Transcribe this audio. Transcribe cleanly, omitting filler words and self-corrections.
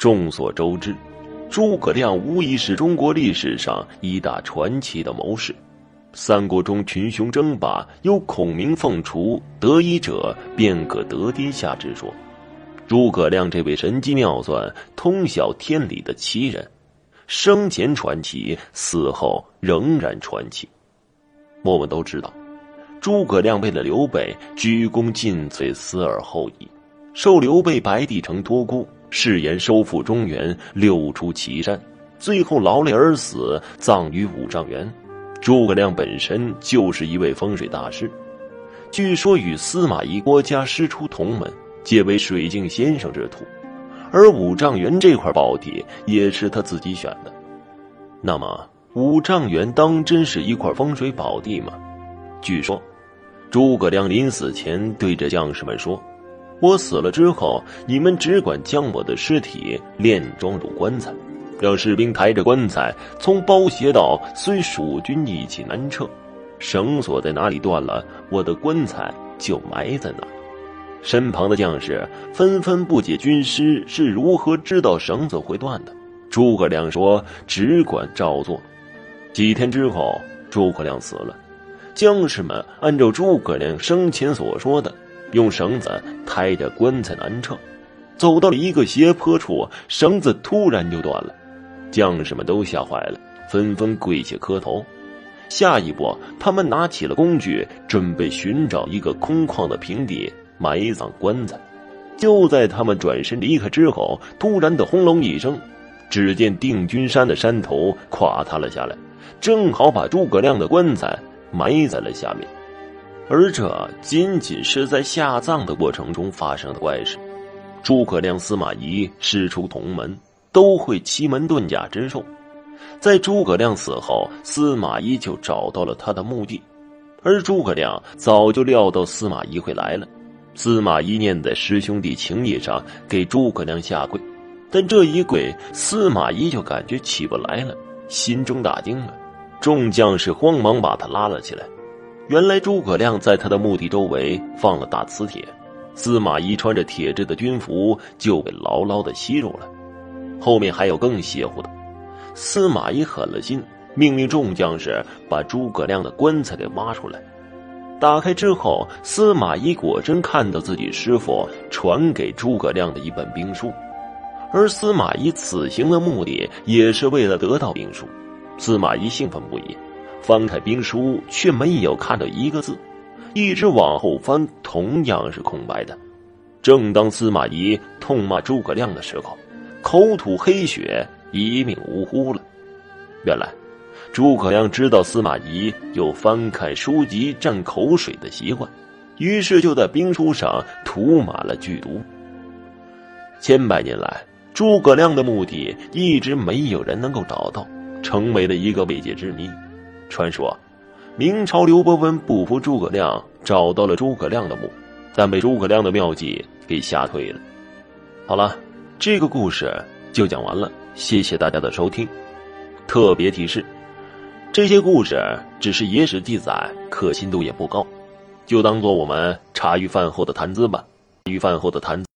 众所周知，诸葛亮无疑是中国历史上一大传奇的谋士。三国中群雄争霸，有孔明凤雏，得一者便可得天下之说。诸葛亮这位神机妙算、通晓天理的奇人，生前传奇，死后仍然传奇。我们都知道，诸葛亮为了刘备鞠躬尽瘁，死而后已，受刘备白帝城托孤，誓言收复中原，六出祁山，最后劳累而死，葬于五丈原。诸葛亮本身就是一位风水大师，据说与司马懿、郭嘉师出同门，皆为水镜先生之徒，而五丈原这块宝地也是他自己选的。那么五丈原当真是一块风水宝地吗？据说诸葛亮临死前对着将士们说，我死了之后，你们只管将我的尸体殓装入棺材，让士兵抬着棺材从包斜道随蜀军一起南撤，绳索在哪里断了，我的棺材就埋在哪儿。身旁的将士纷纷不解军师是如何知道绳子会断的。诸葛亮说，只管照做。几天之后，诸葛亮死了，将士们按照诸葛亮生前所说的，用绳子抬着棺材南撤，走到了一个斜坡处，绳子突然就断了，将士们都吓坏了，纷纷跪下磕头。下一步，他们拿起了工具，准备寻找一个空旷的平地埋葬棺材。就在他们转身离开之后，突然的轰隆一声，只见定军山的山头垮塌了下来，正好把诸葛亮的棺材埋在了下面。而这仅仅是在下葬的过程中发生的怪事。诸葛亮、司马懿师出同门，都会奇门遁甲之术。在诸葛亮死后，司马懿就找到了他的墓地，而诸葛亮早就料到司马懿会来了。司马懿念在师兄弟情谊上，给诸葛亮下跪，但这一跪，司马懿就感觉起不来了，心中大惊了。众将士慌忙把他拉了起来。原来诸葛亮在他的墓地周围放了大磁铁，司马懿穿着铁制的军服就被牢牢地吸入了。后面还有更邪乎的，司马懿狠了心，命令众将士把诸葛亮的棺材给挖出来。打开之后，司马懿果真看到自己师父传给诸葛亮的一本兵书，而司马懿此行的目的也是为了得到兵书。司马懿兴奋不已，翻开兵书却没有看到一个字，一直往后翻，同样是空白的。正当司马懿痛骂诸葛亮的时候，口吐黑血，一命呜呼了。原来诸葛亮知道司马懿有翻看书籍蘸口水的习惯，于是就在兵书上涂满了剧毒。千百年来，诸葛亮的墓地一直没有人能够找到，成为了一个未解之谜。传说明朝刘伯温不服诸葛亮，找到了诸葛亮的墓，但被诸葛亮的妙计给吓退了。好了，这个故事就讲完了，谢谢大家的收听。特别提示，这些故事只是野史记载，可信度也不高，就当做我们茶余饭后的谈资吧。茶余饭后的谈资。